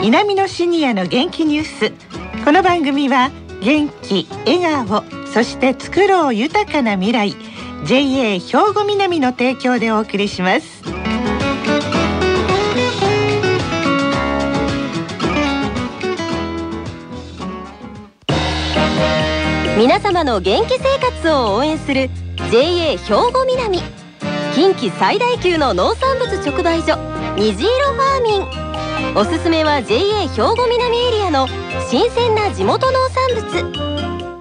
南のシニアの元気ニュース。この番組は元気、笑顔、そして作ろう豊かな未来、 JA 兵庫南の提供でお送りします。 皆様の元気生活を応援する JA 兵庫南、近畿最大級の農産物直売所虹色ファーミン。おすすめは JA 兵庫南エリアの新鮮な地元農産物。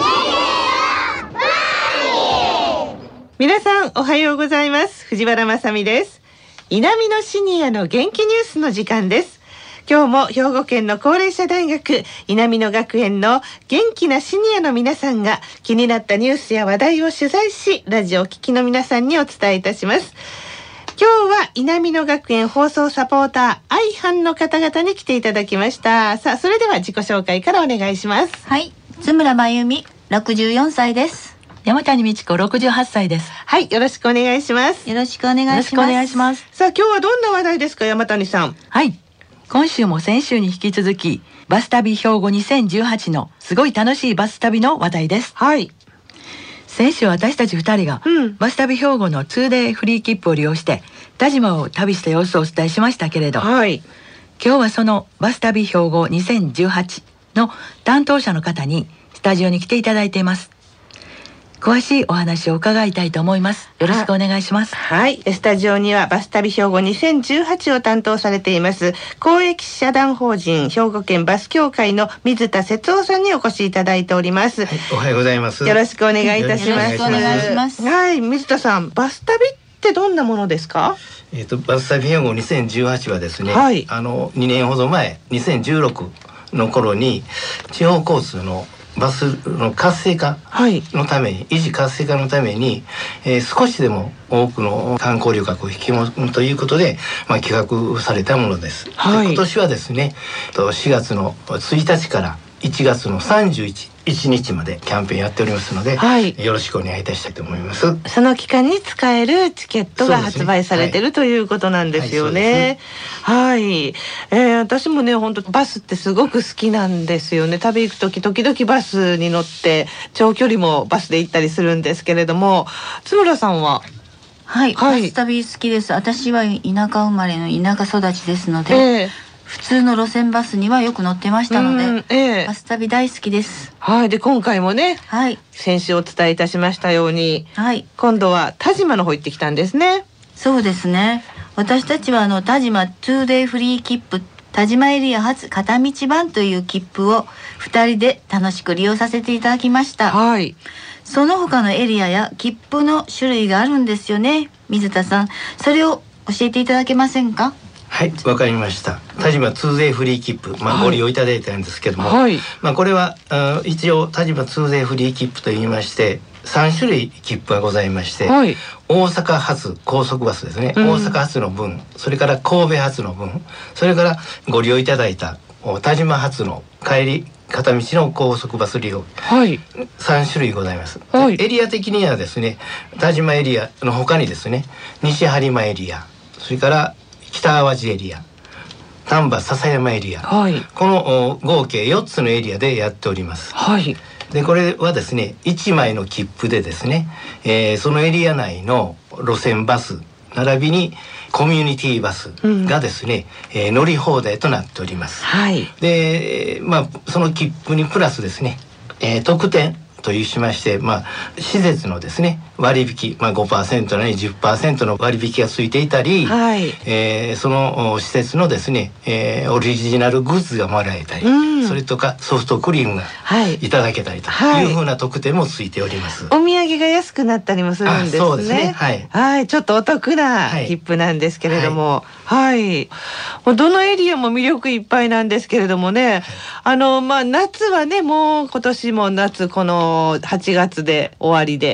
皆さんおはようございます。藤原まさみです。南のシニアの元気ニュースの時間です。今日も兵庫県の高齢者大学南野学園の元気なシニアの皆さんが気になったニュースや話題を取材し、ラジオを聴きの皆さんにお伝えいたします。今日は南野学園放送サポーター愛班の方々に来ていただきました。さあ、それでは自己紹介からお願いします。 はい、津村真由美、64歳です。 山谷美智子、68歳です。 はい、よろしくお願いします。 よろしくお願いします。 さあ、今日はどんな話題ですか、山谷さん。 はい、今週も先週に引き続きバス旅兵庫2018のすごい楽しいバス旅の話題です。 はい、 先週私たち2人が、バス旅兵庫の 2day フリー切符を利用して田島を旅した様子をお伝えしましたけれど、 はい、 今日はそのバス旅兵庫2018の担当者の方にスタジオに来ていただいています。詳しいお話を伺いたいと思います。よろしくお願いします。 はい、スタジオにはバス旅兵庫2018を担当されています公益社団法人兵庫県バス協会の水田節夫さんにお越しいただいております。 はい、おはようございます。 よろしくお願いいたします。 よろしくお願いします。 はい、水田さん、バス旅ってどんなものですか？ バス旅兵庫2018はですね、 はい、 2年ほど前2016の頃に地方交通のバスの活性化のために、維持活性化のために、少しでも多くの観光旅客を引き込むということで、企画されたものです。 はい、 今年はですね、4月の1日から1月の31日までキャンペーンやっておりますので、 はい、 よろしくお願いいたしたいと思います。 その期間に使えるチケットが発売されている、ということなんですよね。はい、私もね、本当バスってすごく好きなんですよね。旅行く時時々バスに乗って長距離もバスで行ったりするんですけれども、津村さんは？ はい、バス旅好きです。私は田舎生まれの田舎育ちですので、普通の路線バスにはよく乗ってましたので、バス旅大好きです。 はい、で今回もね、 はい、 先週お伝えいたしましたように、 はい、 今度は田島の方行ってきたんですね。 そうですね。私たちは田島 2day フリー切符田島エリア発片道版という切符を2人で楽しく利用させていただきました。 はい、 その他のエリアや切符の種類があるんですよね。水田さん、それを教えていただけませんか？ はい、わかりました。田島 2day フリー切符、ご利用いただいたんですけども、 はい、 これは一応田島 2day フリー切符といいまして3種類切符がございまして、 はい、 大阪発高速バスですね、大阪発の分、それから神戸発の分、それからご利用いただいた田島発の帰り片道の高速バス利用、 はい、 3種類ございます。 はい、 エリア的にはですね、田島エリアの他にですね、西播磨エリア、それから北淡路エリア、丹波篠山エリア、 はい、 この合計4つのエリアでやっております。 はい、 でこれはですね、1枚の切符でですね、そのエリア内の路線バス並びにコミュニティバスがですね、乗り放題となっております。 はい、 でその切符にプラスですね、特典というしまして、施設のですね割引、5% なり 10% の割引がついていたり、 はい、 その施設のですね、オリジナルグッズがもらえたり、それとかソフトクリームがいただけたりというふうな特典もついております。 お土産が安くなったりもするんですね。 そうですね。はい。 はい、ちょっとお得な切符なんですけれども、はい。どのエリアも魅力いっぱいなんですけれどもね、夏はね、もう今年も夏この8月で終わりで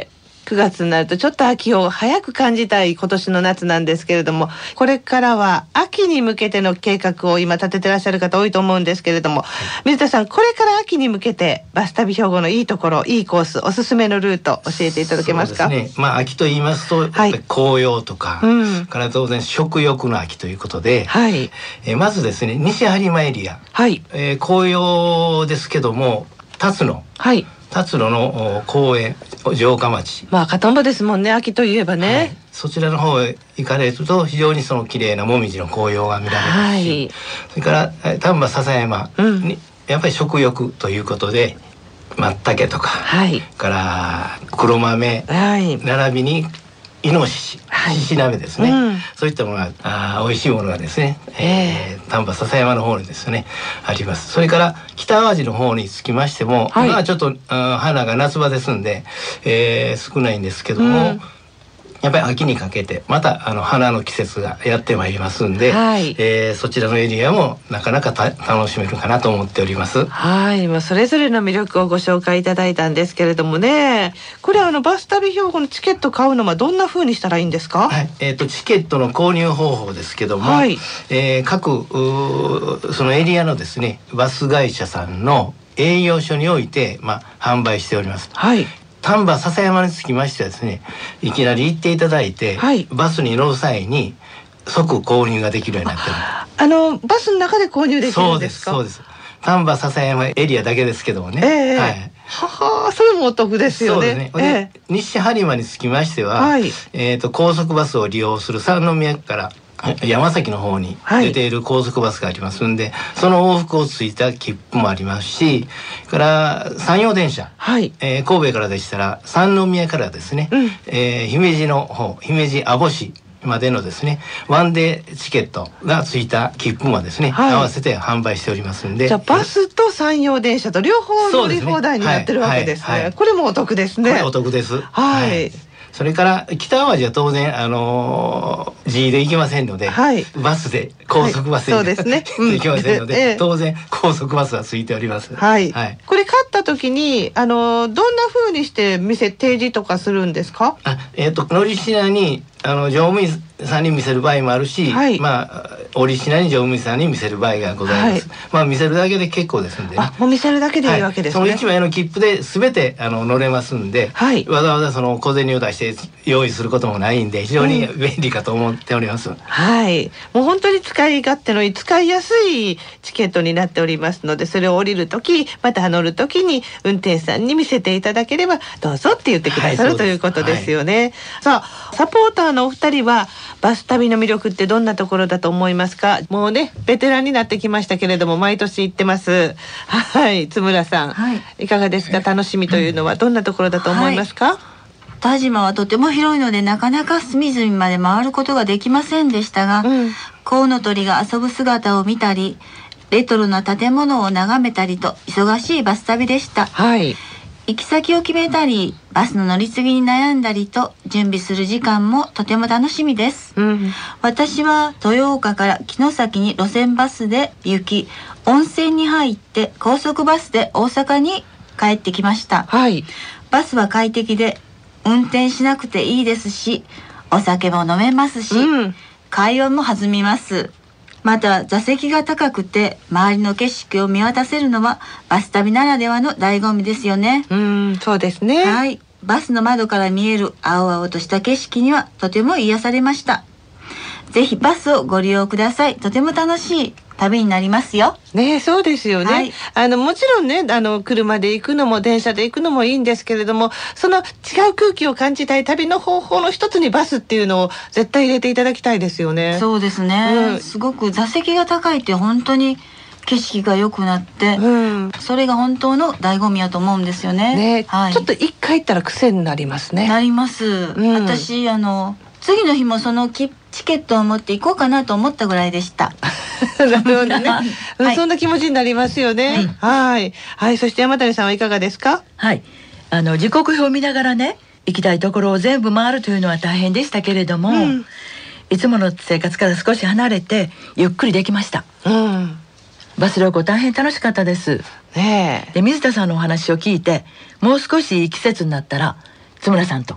9月になるとちょっと秋を早く感じたい今年の夏なんですけれども、これからは秋に向けての計画を今立ててらっしゃる方多いと思うんですけれども、水田さん、これから秋に向けてバス旅兵庫のいいところ、いいコース、おすすめのルート教えていただけますか？ そうですね、秋と言いますと、紅葉とか、から当然食欲の秋ということで、まずですね、西播磨エリア、紅葉ですけども辰野、辰野の公園、城下町、 赤とんぼですもんね、秋といえばね、 そちらの方へ行かれると非常にその綺麗なもみじの紅葉が見られますし、それから丹波篠山にやっぱり食欲ということで松茸とか、から黒豆、並びにイノシシ、シシ鍋ですね、そういったものが美味しいものがですね、丹波篠山の方にですねあります。それから北淡路の方につきましても、今はちょっと花が夏場ですんで、少ないんですけども、やっぱり秋にかけてまた花の季節がやってまいりますんで、そちらのエリアもなかなか楽しめるかなと思っております。 それぞれの魅力をご紹介いただいたんですけれどもね、これバス旅兵庫のチケット買うのはどんな風にしたらいいんですか？ チケットの購入方法ですけども、各そのエリアのですねバス会社さんの営業所において販売しております。丹波篠山につきましてはですね、いきなり行っていただいて、バスに乗る際に即購入ができるようになってる。 バスの中で購入できるんですか？ そうです。丹波篠山エリアだけですけどもね。 それもお得ですよね。 西播磨につきましては、高速バスを利用する三宮から山崎の方に出ている高速バスがありますんで、その往復をついた切符もありますし、から山陽電車、神戸からでしたら三宮からですね、姫路の方、姫路網干までのですねワンデーチケットがついた切符もですね、合わせて販売しておりますんで、 じゃあバスと山陽電車と両方乗り放題になってるわけですね。これもお得ですね。 これお得です。それから北淡路は当然自費で行きませんので、バスで高速バスで行きませんので、当然高速バスはついております。これ買った時にどんな風にして提示とかするんですか？ 乗り品に乗務員さんに見せる場合もあるし、オリジナルに乗務員さんに見せる場合がございます。見せるだけで結構ですんで、 もう見せるだけでいいわけですね。 その1枚の切符で全て乗れますんで、わざわざその小銭を出して用意することもないんで、非常に便利かと思っております。 もう本当に使い勝手の使いやすいチケットになっておりますので、それを降りる時また乗る時に運転手さんに見せていただければどうぞって言ってくださる、ということですよね。さあ、サポーターのお二人はバス旅の魅力ってどんなところだと思いますか？もうねベテランになってきましたけれども毎年行ってます。津村さん、いかがですか？楽しみというのはどんなところだと思いますか？ 田島はとても広いのでなかなか隅々まで回ることができませんでしたが、コウノトリが遊ぶ姿を見たりレトロな建物を眺めたりと忙しいバス旅でした。行き先を決めたりバスの乗り継ぎに悩んだりと準備する時間もとても楽しみです。私は豊岡から城崎に路線バスで行き、温泉に入って高速バスで大阪に帰ってきました。バスは快適で運転しなくていいですし、お酒も飲めますし、会話も弾みます。また座席が高くて周りの景色を見渡せるのはバス旅ならではの醍醐味ですよね。 そうですね。 バスの窓から見える青々とした景色にはとても癒されました。ぜひバスをご利用ください。とても楽しい旅になりますよ。 そうですよね。もちろんね車で行くのも電車で行くのもいいんですけれども、その違う空気を感じたい旅の方法の一つにバスっていうのを絶対入れていただきたいですよね。 そうですね、すごく座席が高いって本当に景色が良くなって、それが本当の醍醐味やと思うんですよね。 ちょっと一回行ったら癖になりますね。 なります。私次の日もそのチケットを持って行こうかなと思ったぐらいでした。 なるほどね。そんな気持ちになりますよね。そして山谷さんはいかがですか？ 時刻表を見ながらね行きたいところを全部回るというのは大変でしたけれども、いつもの生活から少し離れてゆっくりできました。バス旅行大変楽しかったです。で水田さんのお話を聞いて、もう少しいい季節になったら津村さんと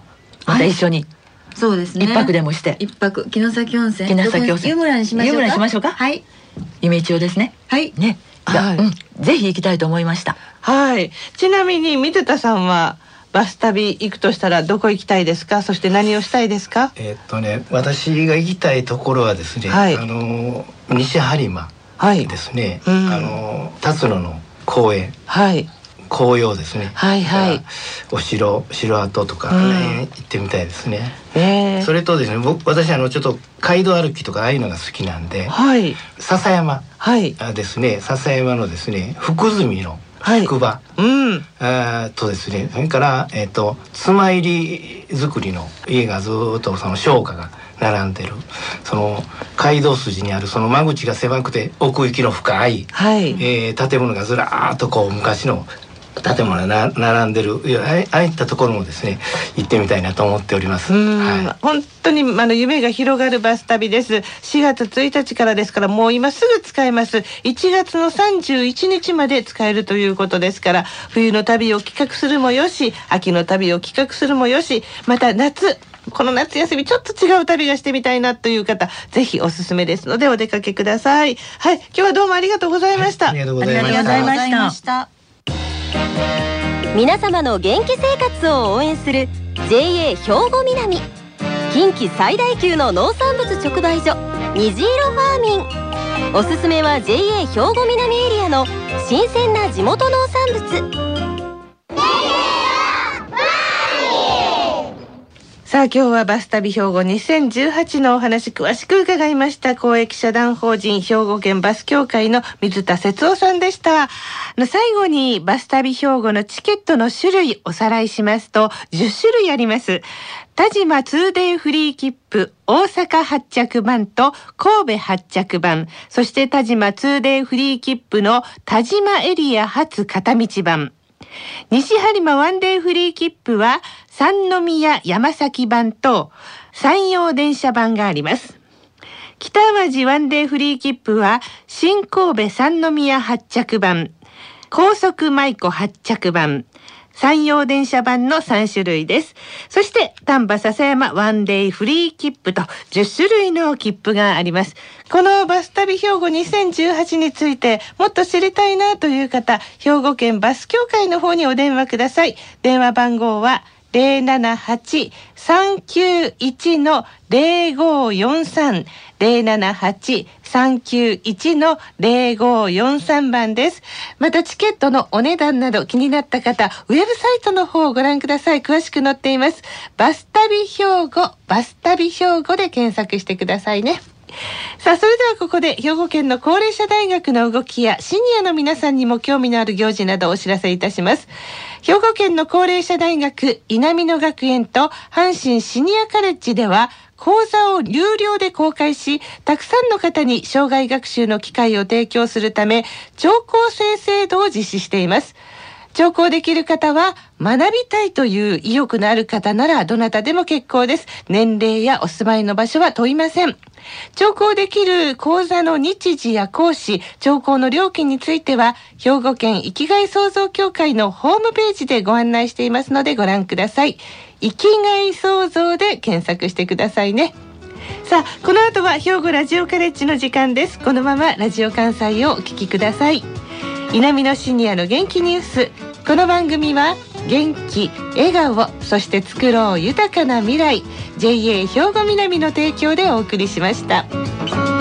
また一緒に、 そうですね、 一泊でもして、 一泊城崎温泉、 城崎温泉、 湯村にしましょうか。 湯村にしましょうか。 はい、 夢一応ですね。 はいね、ぜひ行きたいと思いました。 はい。ちなみに水田さんはバス旅行くとしたらどこ行きたいですか。そして何をしたいですか。 私が行きたいところはですね、西播磨ですね。辰野の公園。紅葉ですね。お城跡とか行ってみたいですね。それとですね、私ちょっと街道歩きとかああいうのが好きなんで、笹山ですね、笹山のですね、福住の宿場とですね、それから妻入り作りの家がずっとその商家が並んでる、その街道筋にあるその間口が狭くて奥行きの深い建物がずらーっとこう昔の建物が並んでる、ああいったところもですね行ってみたいなと思っております。 本当に夢が広がるバス旅です。4月1日からですから、もう今すぐ使えます。1月の31日まで使えるということですから、冬の旅を企画するもよし、秋の旅を企画するもよし、またこの夏休みちょっと違う旅がしてみたいなという方、ぜひおすすめですのでお出かけください。はい、今日はどうもありがとうございました。 ありがとうございました。 皆様の元気生活を応援する JA 兵庫南、近畿最大級の農産物直売所虹色ファーミン。おすすめは JA 兵庫南エリアの新鮮な地元農産物。 さあ、今日はバス旅兵庫2018のお話詳しく伺いました。公益社団法人兵庫県バス協会の水田節夫さんでした。最後にバス旅兵庫のチケットの種類おさらいしますと、10種類あります。田島 2day フリー切符大阪発着版と神戸発着版、そして田島 2day フリー切符の田島エリア発片道版。西播磨ワンデーフリー切符は三宮山崎版と山陽電車版があります。北淡路ワンデーフリー切符は新神戸三宮発着版、高速舞子発着版、山陽電車版の3種類です。そして丹波篠山ワンデーフリー切符と10種類の切符があります。このバス旅兵庫2018についてもっと知りたいなという方、兵庫県バス協会の方にお電話ください。電話番号は078-391-0543 078-391-0543番です。またチケットのお値段など気になった方、ウェブサイトの方をご覧ください。詳しく載っています。バス旅兵庫、バス旅兵庫で検索してくださいね。さあ、それではここで兵庫県の高齢者大学の動きやシニアの皆さんにも興味のある行事などをお知らせいたします。兵庫県の高齢者大学稲美野学園と阪神シニアカレッジでは講座を有料で公開し、たくさんの方に生涯学習の機会を提供するため聴講生制度を実施しています。聴講できる方は学びたいという意欲のある方ならどなたでも結構です。年齢やお住まいの場所は問いません。聴講できる講座の日時や講師、聴講の料金については兵庫県生きがい創造協会のホームページでご案内していますのでご覧ください。生きがい創造で検索してくださいね。さあ、この後は兵庫ラジオカレッジの時間です。このままラジオ関西をお聞きください。稲美野シニアの元気ニュース。この番組は元気、笑顔、そして作ろう豊かな未来、JA 兵庫南の提供でお送りしました。